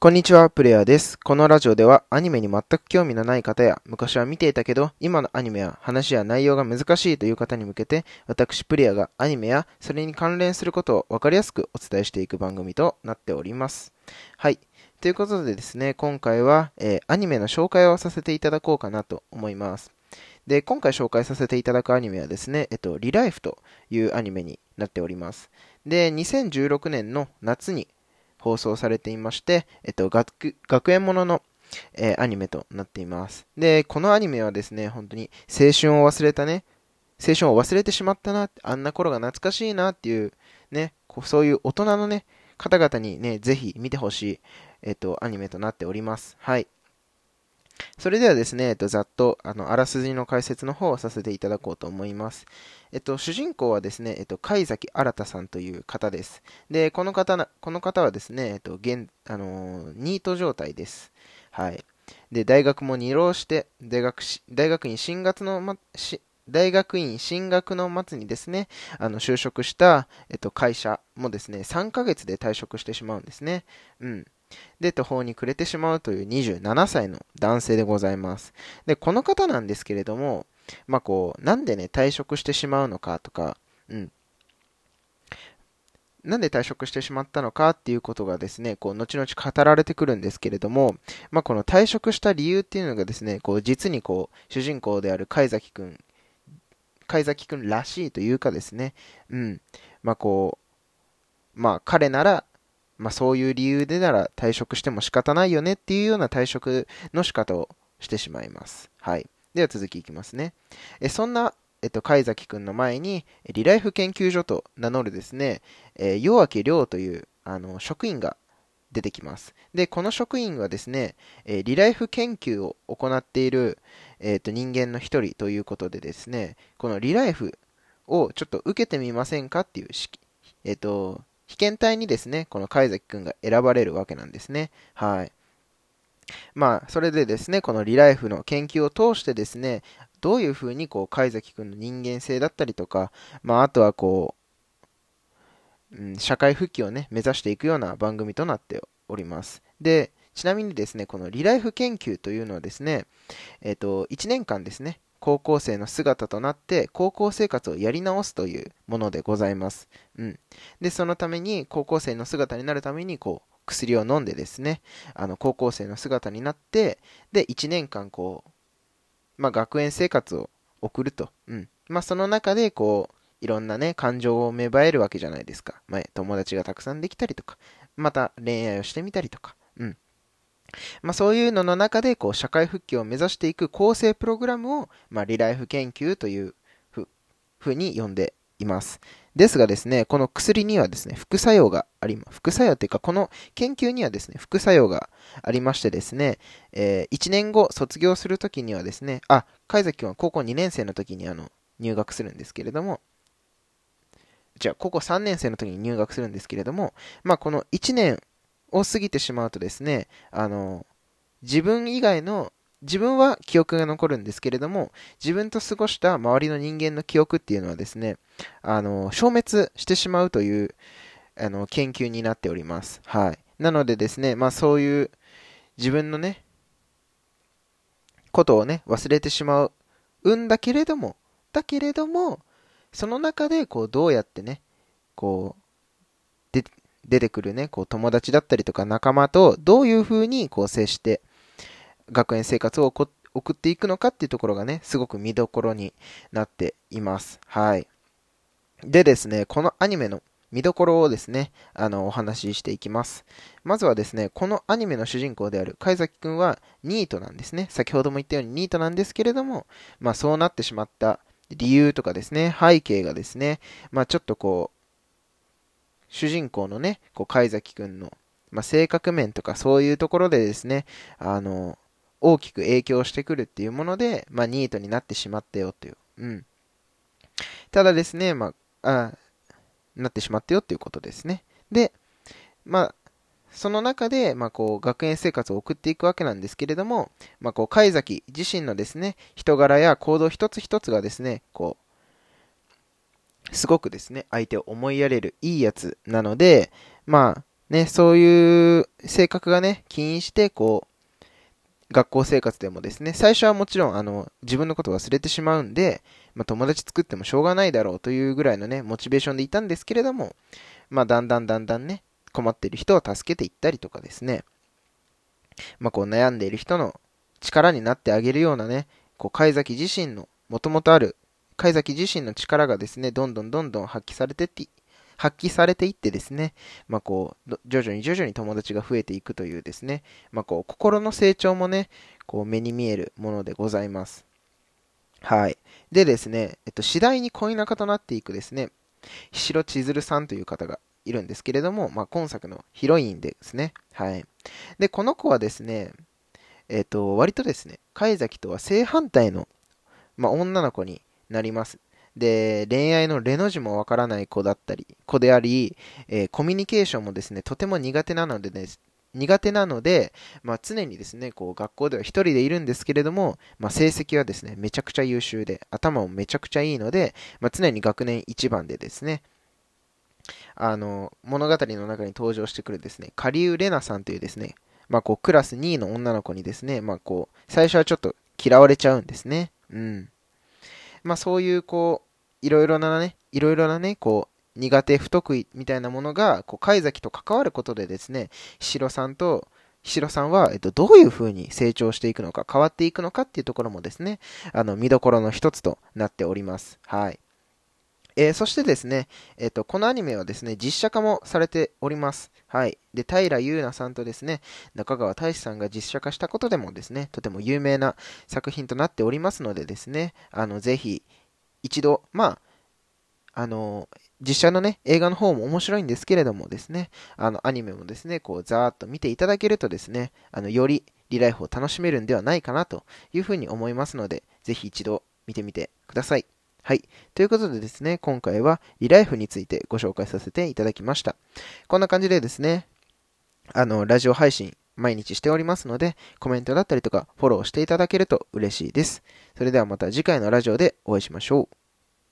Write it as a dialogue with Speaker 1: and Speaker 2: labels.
Speaker 1: こんにちは、プレイヤーです。このラジオではアニメに全く興味のない方や昔は見ていたけど今のアニメは話や内容が難しいという方に向けて私プレイヤーがアニメやそれに関連することを分かりやすくお伝えしていく番組となっております。はい。ということでですね、今回は、アニメの紹介をさせていただこうかなと思います。で、今回紹介させていただくアニメはですね、リライフというアニメになっております。で、2016年の夏に放送されていまして、学園ものの、アニメとなっています。で、このアニメはですね、本当に青春を忘れたね、青春を忘れてしまったな、あんな頃が懐かしいなっていう、ね、そういう大人のね、方々にね、ぜひ見てほしい、アニメとなっております。はい。それではですね、ざっと、あらすじの解説の方をさせていただこうと思います。主人公はですね、貝崎新さんという方です。で、この方はですね、ニート状態です。はい。で、大学も二浪して、大学院進学の、大学院進学の末にですね、就職した、会社もですね、3ヶ月で退職してしまうんですね。うん。で、途方に暮れてしまうという27歳の男性でございます。で、この方なんですけれども、なんでね、退職してしまうのかとか、うん、なんで退職してしまったのかっていうことがですね、後々語られてくるんですけれども、この退職した理由っていうのがですね、実に主人公である貝崎くんらしいというかですね、うん、彼なら、そういう理由でなら退職しても仕方ないよねっていうような退職の仕方をしてしまいます。はい。では続きいきますね。そんな、貝崎くんの前に、リライフ研究所と名乗るですね、夜明亮という、職員が出てきます。で、この職員はですね、リライフ研究を行っている、人間の一人ということでですね、このリライフをちょっと受けてみませんかっていう被験体にですね、この貝崎くんが選ばれるわけなんですね。はい。それでですね、このリライフの研究を通してですね、どういうふうに貝崎くんの人間性だったりとか、あとは社会復帰をね、目指していくような番組となっております。で、ちなみにですね、このリライフ研究というのはですね、1年間ですね、高校生の姿となって高校生活をやり直すというものでございます。うん。で、そのために高校生の姿になるために薬を飲んでですね、高校生の姿になって、で、1年間学園生活を送ると。うん。その中でいろんなね、感情を芽生えるわけじゃないですか。友達がたくさんできたりとか、また恋愛をしてみたりとか。うん。そういうのの中で社会復帰を目指していく構成プログラムを、リライフ研究というふうに呼んでいます。ですがですね、この薬にはですね、副作用があります。副作用というか、この研究にはですね、副作用がありましてですね、1年後卒業するときにはですね、貝崎君は高校2年生の時に入学するんですけれども、高校3年生の時に入学するんですけれども、この1年を過ぎてしまうとですね、自分以外の、自分は記憶が残るんですけれども、自分と過ごした周りの人間の記憶っていうのはですね、消滅してしまうという、研究になっております。はい。なのでですね、そういう自分のね、ことをね、忘れてしまうんだけれども、その中で、どうやってね、こう、で、出てくるね、友達だったりとか仲間と、どういうふうに、接して、学園生活を送っていくのかっていうところがね、すごく見どころになっています。はい。でですね、このアニメの見どころをですね、お話ししていきます。まずはですね、このアニメの主人公である貝崎くんはニートなんですね。先ほども言ったようにニートなんですけれども、そうなってしまった理由とかですね、背景がですね、ちょっと主人公のね、貝崎くんの、性格面とかそういうところでですね、大きく影響してくるっていうもので、ニートになってしまったよという。うん。ただですね、なってしまったよっていうことですね。で、その中で、学園生活を送っていくわけなんですけれども、貝崎自身のですね、人柄や行動一つ一つがですね、すごくですね、相手を思いやれるいいやつなので、 ね、そういう性格がね、起因して、学校生活でもですね、最初はもちろん、自分のことを忘れてしまうんで、友達作ってもしょうがないだろうというぐらいのね、モチベーションでいたんですけれども、だんだんね、困っている人を助けていったりとかですね、悩んでいる人の力になってあげるようなね、貝崎自身の、もともとある、貝崎自身の力がですね、どんどん発揮されていってですね、徐々に友達が増えていくというですね、心の成長もね、目に見えるものでございます。はい。でですね、次第に恋仲となっていくですね、菱千鶴さんという方がいるんですけれども、今作のヒロインですね。はい。で、この子はですね、割とですね、貝崎とは正反対の、女の子になります。で、恋愛のレの字もわからない子であり、コミュニケーションもですね、とても苦手なので、常にですね、学校では一人でいるんですけれども、成績はですね、めちゃくちゃ優秀で、頭もめちゃくちゃいいので、常に学年一番でですね、物語の中に登場してくるですね、下流レナさんというですね、クラス2位の女の子にですね、最初はちょっと嫌われちゃうんですね。うん。そういう、いろいろなね、苦手、不得意みたいなものが、貝崎と関わることでですね、シロさんは、どういう風に成長していくのか、変わっていくのかっていうところもですね、見どころの一つとなっております。はい。そしてですね、このアニメはですね、実写化もされております。はい。で、平優奈さんとですね、中川大志さんが実写化したことでもですね、とても有名な作品となっておりますのでですね、ぜひ、一度、あの、実写のね、映画の方も面白いんですけれどもですね、アニメもですね、ざーっと見ていただけるとですね、よりリライフを楽しめるんではないかなというふうに思いますので、ぜひ一度見てみてください。はい。ということでですね、今回はリライフについてご紹介させていただきました。こんな感じでですね、ラジオ配信毎日しておりますので、コメントだったりとかフォローしていただけると嬉しいです。それではまた次回のラジオでお会いしましょう。